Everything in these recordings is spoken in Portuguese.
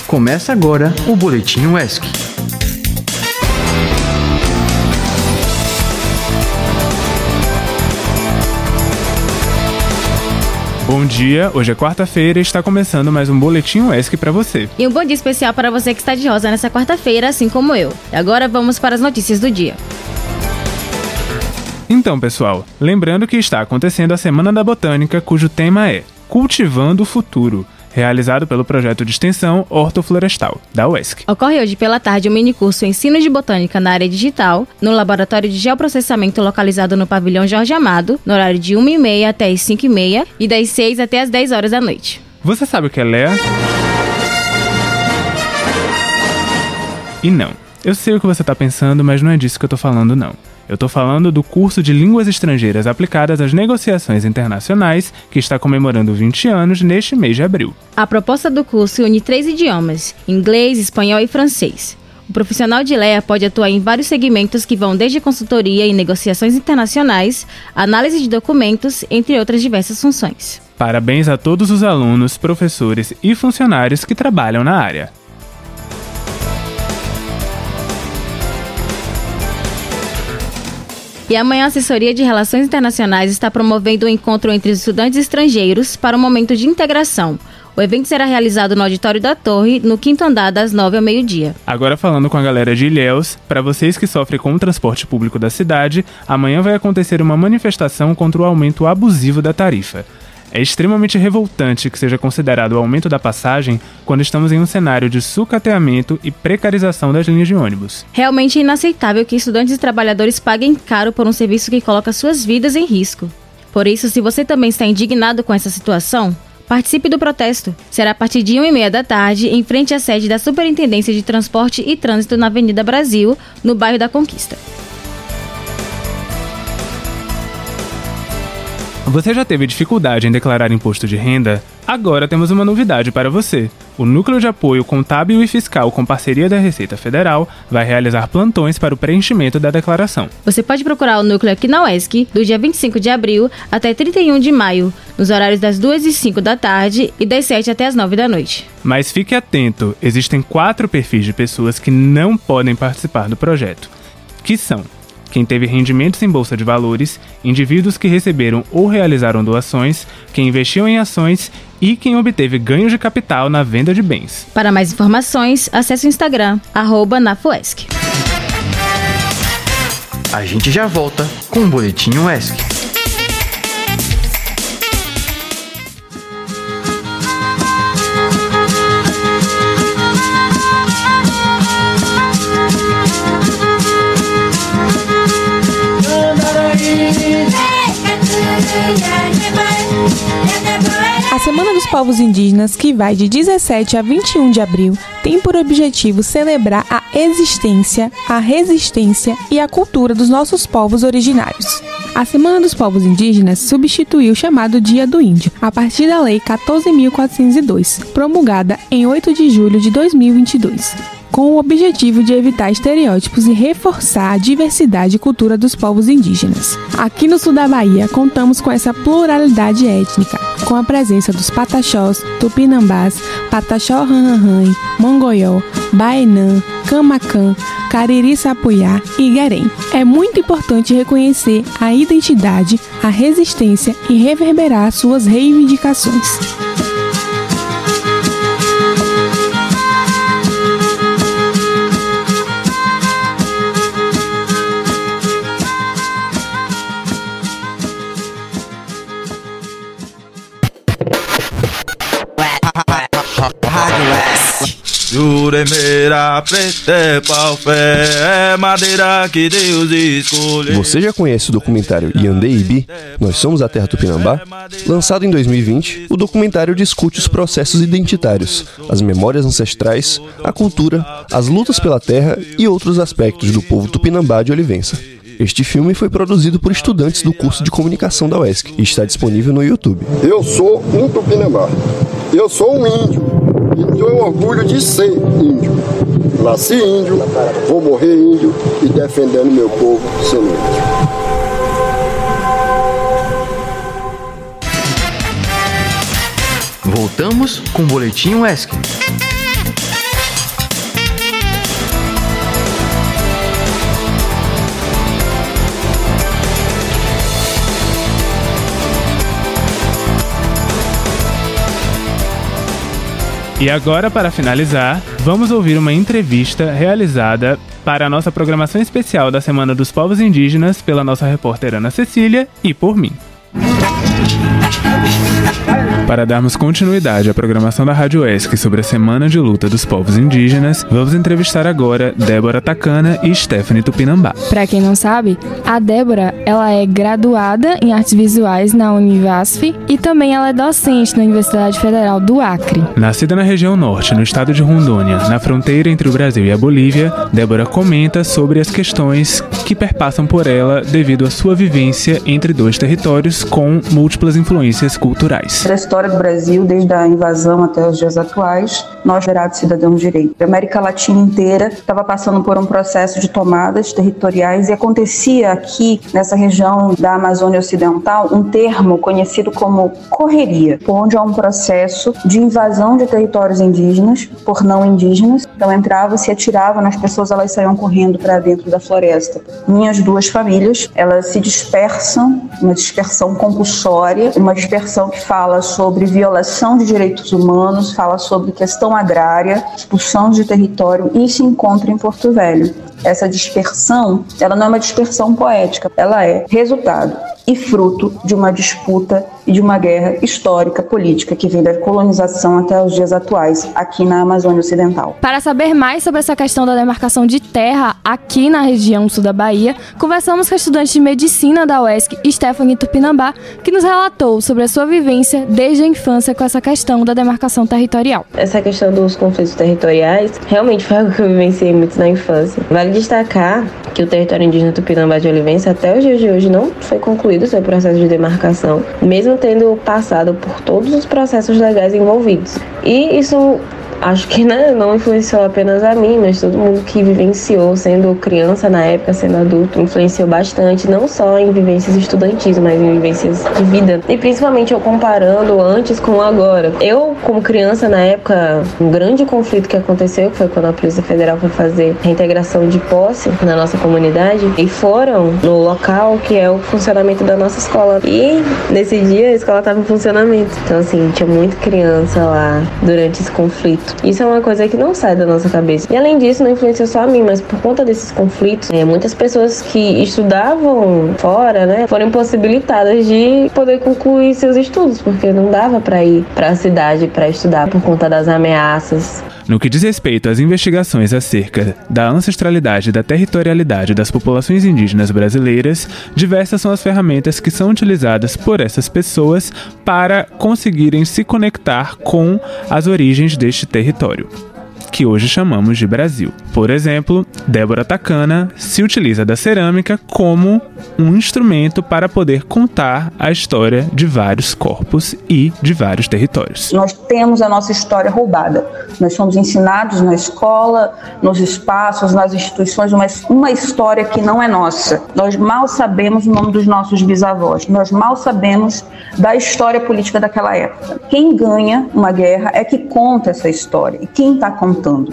Começa agora o Boletim UESC. Bom dia, hoje é quarta-feira e está começando mais um Boletim UESC para você. E um bom dia especial para você que está de rosa nessa quarta-feira, assim como eu. E agora vamos para as notícias do dia. Então, pessoal, lembrando que está acontecendo a Semana da Botânica, cujo tema é Cultivando o Futuro, realizado pelo projeto de extensão Hortoflorestal, da UESC. Ocorre hoje pela tarde um minicurso Ensino de Botânica na área digital, no Laboratório de Geoprocessamento localizado no Pavilhão Jorge Amado, no horário de 1h30 até as 5h30 e das 6 até as 10 horas da noite. Você sabe o que é LEA? E não, eu sei o que você está pensando, mas não é disso que eu estou falando não. Eu estou falando do curso de Línguas Estrangeiras aplicadas às negociações internacionais, que está comemorando 20 anos neste mês de abril. A proposta do curso une 3 idiomas, inglês, espanhol e francês. O profissional de LEA pode atuar em vários segmentos que vão desde consultoria e negociações internacionais, análise de documentos, entre outras diversas funções. Parabéns a todos os alunos, professores e funcionários que trabalham na área. E amanhã a Assessoria de Relações Internacionais está promovendo um encontro entre os estudantes estrangeiros para um momento de integração. O evento será realizado no auditório da Torre, no 5º andar, das 9 ao meio-dia. Agora falando com a galera de Ilhéus, para vocês que sofrem com o transporte público da cidade, amanhã vai acontecer uma manifestação contra o aumento abusivo da tarifa. É extremamente revoltante que seja considerado o aumento da passagem quando estamos em um cenário de sucateamento e precarização das linhas de ônibus. Realmente é inaceitável que estudantes e trabalhadores paguem caro por um serviço que coloca suas vidas em risco. Por isso, se você também está indignado com essa situação, participe do protesto. Será a partir de 1h30 da tarde, em frente à sede da Superintendência de Transporte e Trânsito na Avenida Brasil, no bairro da Conquista. Você já teve dificuldade em declarar imposto de renda? Agora temos uma novidade para você. O Núcleo de Apoio Contábil e Fiscal, com parceria da Receita Federal, vai realizar plantões para o preenchimento da declaração. Você pode procurar o núcleo aqui na UESC, do dia 25 de abril até 31 de maio, nos horários das 2 e 5 da tarde e das 7 até as 9 da noite. Mas fique atento, existem 4 perfis de pessoas que não podem participar do projeto, que são: quem teve rendimentos em bolsa de valores, indivíduos que receberam ou realizaram doações, quem investiu em ações e quem obteve ganhos de capital na venda de bens. Para mais informações, acesse o Instagram, @nafuesc. A gente já volta com o Boletim UESC. A Semana dos Povos Indígenas, que vai de 17 a 21 de abril, tem por objetivo celebrar a existência, a resistência e a cultura dos nossos povos originários. A Semana dos Povos Indígenas substituiu o chamado Dia do Índio, a partir da Lei 14.402, promulgada em 8 de julho de 2022. Com o objetivo de evitar estereótipos e reforçar a diversidade e cultura dos povos indígenas. Aqui no sul da Bahia, contamos com essa pluralidade étnica, com a presença dos pataxós, tupinambás, pataxó ranranrãe, mongoió, baenã, camacan, cariri sapuyá e guerém. É muito importante reconhecer a identidade, a resistência e reverberar suas reivindicações. Juremeira, preta, pau, fé, madeira que Deus escolheu. Você já conhece o documentário Yandê Ibi, Nós Somos a Terra Tupinambá? Lançado em 2020, o documentário discute os processos identitários, as memórias ancestrais, a cultura, as lutas pela terra e outros aspectos do povo tupinambá de Olivença. Este filme foi produzido por estudantes do curso de comunicação da UESC e está disponível no YouTube. Eu sou um tupinambá. Eu sou um índio. E tenho orgulho de ser índio. Nasci índio, vou morrer índio e defendendo meu povo sendo índio. Voltamos com o Boletim UESC. E agora, para finalizar, vamos ouvir uma entrevista realizada para a nossa programação especial da Semana dos Povos Indígenas pela nossa repórter Ana Cecília e por mim. Para darmos continuidade à programação da Rádio ESC sobre a Semana de Luta dos Povos Indígenas, vamos entrevistar agora Débora Takana e Stephanie Tupinambá. Para quem não sabe, a Débora, ela é graduada em Artes Visuais na Univasf e também ela é docente na Universidade Federal do Acre. Nascida na região norte, no estado de Rondônia, na fronteira entre o Brasil e a Bolívia, Débora comenta sobre as questões que perpassam por ela devido à sua vivência entre dois territórios com múltiplas influências culturais. Da história do Brasil, desde a invasão até os dias atuais, nós, gerados cidadãos de direito. A América Latina inteira estava passando por um processo de tomadas territoriais e acontecia aqui, nessa região da Amazônia Ocidental, um termo conhecido como correria, onde há um processo de invasão de territórios indígenas por não indígenas. Então entrava, se atirava nas pessoas, elas saíam correndo para dentro da floresta. Minhas duas famílias, elas se dispersam, uma dispersão compulsória, uma dispersão que fala sobre violação de direitos humanos, fala sobre questão agrária, expulsão de território e se encontra em Porto Velho. Essa dispersão, ela não é uma dispersão poética, ela é resultado e fruto de uma disputa e de uma guerra histórica, política, que vem da colonização até os dias atuais, aqui na Amazônia Ocidental. Para saber mais sobre essa questão da demarcação de terra aqui na região sul da Bahia, conversamos com a estudante de medicina da UESC, Stephanie Tupinambá, que nos relatou sobre a sua vivência desde a infância com essa questão da demarcação territorial. Essa questão dos conflitos territoriais realmente foi algo que eu vivenciei muito na infância. Vale destacar que o território indígena Tupinambá de Olivença até os dias de hoje não foi concluído seu processo de demarcação, mesmo tendo passado por todos os processos legais envolvidos. E isso acho que não influenciou apenas a mim, mas todo mundo que vivenciou, sendo criança na época, sendo adulto, influenciou bastante, não só em vivências estudantis, mas em vivências de vida. E principalmente eu comparando antes com agora. Eu, como criança na época, um grande conflito que aconteceu, que foi quando a Polícia Federal foi fazer reintegração de posse na nossa comunidade, e foram no local que é o funcionamento da nossa escola. E nesse dia a escola estava em funcionamento. Então assim, tinha muita criança lá durante esse conflito. Isso é uma coisa que não sai da nossa cabeça. E além disso, não influenciou só a mim, mas por conta desses conflitos, muitas pessoas que estudavam fora, foram impossibilitadas de poder concluir seus estudos, porque não dava para ir para a cidade para estudar por conta das ameaças. No que diz respeito às investigações acerca da ancestralidade e da territorialidade das populações indígenas brasileiras, diversas são as ferramentas que são utilizadas por essas pessoas para conseguirem se conectar com as origens deste território, que hoje chamamos de Brasil. Por exemplo, Débora Takana se utiliza da cerâmica como um instrumento para poder contar a história de vários corpos e de vários territórios. Nós temos a nossa história roubada. Nós somos ensinados na escola, nos espaços, nas instituições, uma história que não é nossa. Nós mal sabemos o nome dos nossos bisavós. Nós mal sabemos da história política daquela época. Quem ganha uma guerra é que conta essa história. E quem está contando?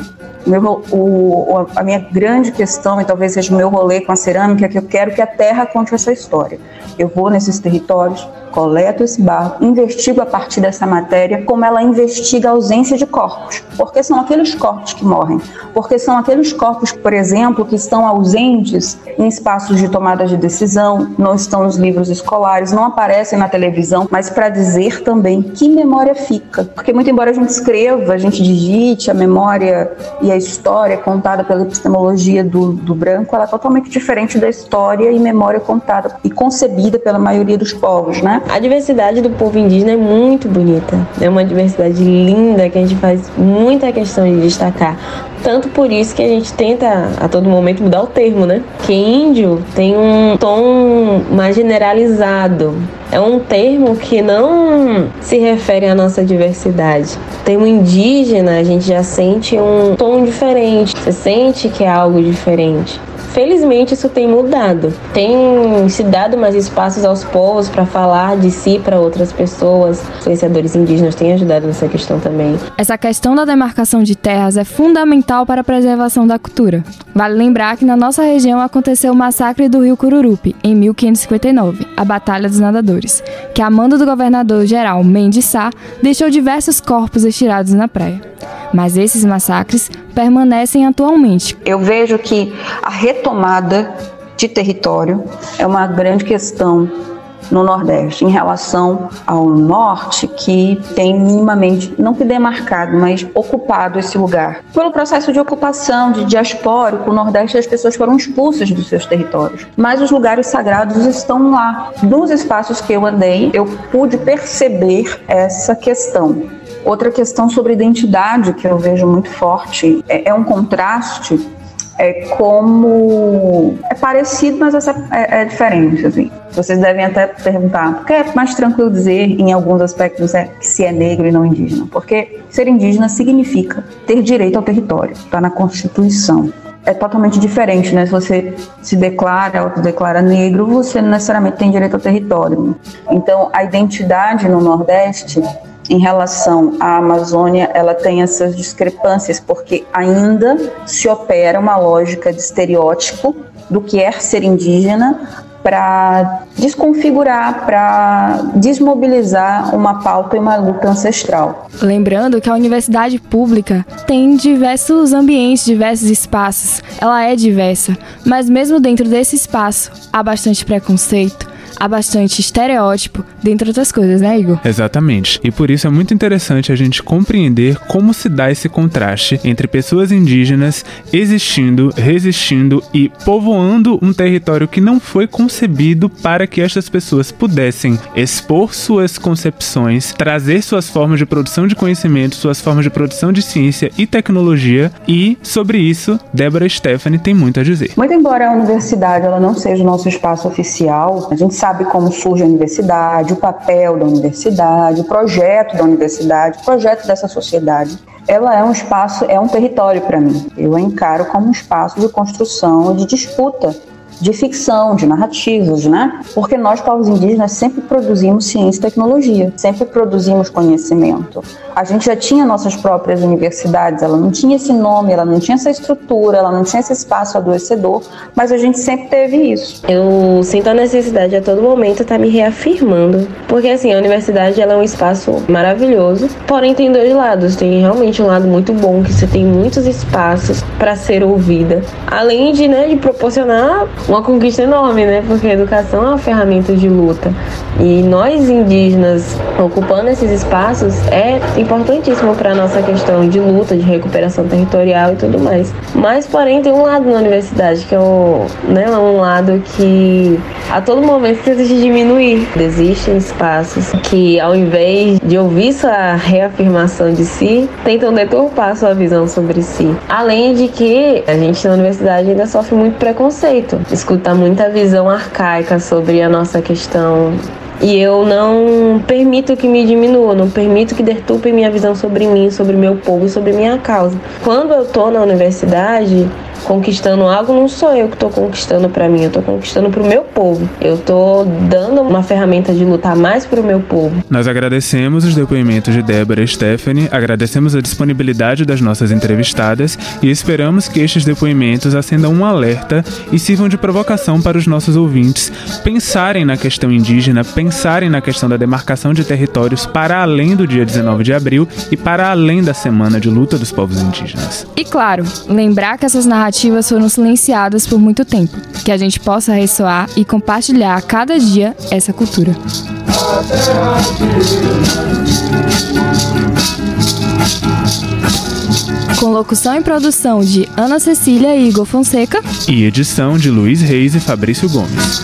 A minha grande questão, e talvez seja o meu rolê com a cerâmica, é que eu quero que a terra conte essa história. Eu vou nesses territórios, coleto esse barro, investigo a partir dessa matéria como ela investiga a ausência de corpos. Porque são aqueles corpos que morrem. Porque são aqueles corpos, por exemplo, que estão ausentes em espaços de tomada de decisão, não estão nos livros escolares, não aparecem na televisão, mas para dizer também que memória fica. Porque muito embora a gente escreva, a gente digite, a memória e a história contada pela epistemologia do branco, ela é totalmente diferente da história e memória contada e concebida pela maioria dos povos, A diversidade do povo indígena é muito bonita. É uma diversidade linda que a gente faz muita questão de destacar. Tanto por isso que a gente tenta a todo momento mudar o termo, Que índio tem um tom mais generalizado. É um termo que não se refere à nossa diversidade. O termo indígena, a gente já sente um tom diferente. Você sente que é algo diferente. felizmente isso tem mudado. Tem se dado mais espaços aos povos para falar de si para outras pessoas. Influenciadores indígenas têm ajudado nessa questão também. Essa questão da demarcação de terras é fundamental para a preservação da cultura. Vale lembrar que na nossa região aconteceu o massacre do Rio Cururupi, em 1559, a Batalha dos Nadadores, que a mando do governador-geral Mendes Sá deixou diversos corpos estirados na praia. Mas esses massacres permanecem atualmente. Eu vejo que a retomada de território é uma grande questão no Nordeste, em relação ao Norte, que tem minimamente, não que demarcado, mas ocupado esse lugar. Pelo processo de ocupação, de diaspórico, o Nordeste, as pessoas foram expulsas dos seus territórios. Mas os lugares sagrados estão lá. Nos espaços que eu andei, eu pude perceber essa questão. Outra questão sobre identidade que eu vejo muito forte é um contraste, como é parecido, mas é diferente, assim. Vocês devem até perguntar, por que é mais tranquilo dizer, em alguns aspectos, que se é negro e não indígena? Porque ser indígena significa ter direito ao território, está na Constituição. É totalmente diferente, né? Se você se declara, autodeclara negro, você não necessariamente tem direito ao território. Então, a identidade no Nordeste, em relação à Amazônia, ela tem essas discrepâncias, porque ainda se opera uma lógica de estereótipo do que é ser indígena para desconfigurar, para desmobilizar uma pauta e uma luta ancestral. Lembrando que a universidade pública tem diversos ambientes, diversos espaços, ela é diversa, mas mesmo dentro desse espaço há bastante preconceito, há bastante estereótipo, dentre outras coisas, né, Igor? Exatamente. E por isso é muito interessante a gente compreender como se dá esse contraste entre pessoas indígenas existindo, resistindo e povoando um território que não foi concebido para que estas pessoas pudessem expor suas concepções, trazer suas formas de produção de conhecimento, suas formas de produção de ciência e tecnologia. E sobre isso, Débora Stephanie tem muito a dizer. Muito embora a universidade ela não seja o nosso espaço oficial, a gente sabe como surge a universidade, o papel da universidade, o projeto da universidade, o projeto dessa sociedade. Ela é um espaço, é um território para mim. Eu a encaro como um espaço de construção, de disputa, de ficção, de narrativas, né? Porque nós, povos indígenas, sempre produzimos ciência e tecnologia, sempre produzimos conhecimento. A gente já tinha nossas próprias universidades, ela não tinha esse nome, ela não tinha essa estrutura, ela não tinha esse espaço adoecedor, mas a gente sempre teve isso. Eu sinto a necessidade a todo momento de estar me reafirmando, porque assim, a universidade ela é um espaço maravilhoso, porém tem dois lados. Tem realmente um lado muito bom, que você tem muitos espaços para ser ouvida, além de, de proporcionar uma conquista enorme, porque a educação é uma ferramenta de luta. E nós, indígenas, ocupando esses espaços, é importantíssimo para a nossa questão de luta, de recuperação territorial e tudo mais. Mas, porém, tem um lado na universidade, que é um lado que a todo momento se exige diminuir. Existem espaços que, ao invés de ouvir sua reafirmação de si, tentam deturpar sua visão sobre si. Além de que a gente na universidade ainda sofre muito preconceito, escuta muita visão arcaica sobre a nossa questão. E eu não permito que me diminua, não permito que deturpe minha visão sobre mim, sobre meu povo e sobre minha causa. Quando eu tô na universidade conquistando algo, não sou eu que tô conquistando para mim, eu tô conquistando pro meu povo. Eu tô dando uma ferramenta de lutar mais pro meu povo. Nós agradecemos os depoimentos de Débora e Stephanie, agradecemos a disponibilidade das nossas entrevistadas e esperamos que estes depoimentos acendam um alerta e sirvam de provocação para os nossos ouvintes pensarem na questão indígena, pensarem na questão da demarcação de territórios para além do dia 19 de abril e para além da Semana de Luta dos Povos Indígenas. E claro, lembrar que essas narrativas foram silenciadas por muito tempo, que a gente possa ressoar e compartilhar a cada dia essa cultura. Com locução e produção de Ana Cecília e Igor Fonseca. E edição de Luiz Reis e Fabrício Gomes.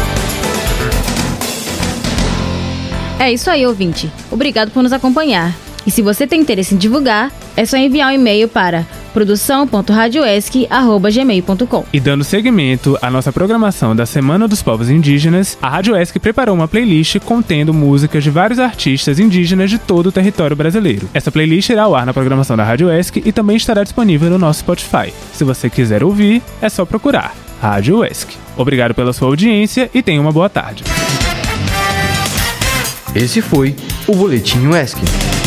É isso aí, ouvinte. Obrigado por nos acompanhar. E se você tem interesse em divulgar, é só enviar um e-mail para produção.radioesc@gmail.com. E dando seguimento à nossa programação da Semana dos Povos Indígenas, a Rádio ESC preparou uma playlist contendo músicas de vários artistas indígenas de todo o território brasileiro. Essa playlist irá ao ar na programação da Rádio ESC e também estará disponível no nosso Spotify. Se você quiser ouvir, é só procurar Rádio ESC. Obrigado pela sua audiência e tenha uma boa tarde. Esse foi o Boletim ESC.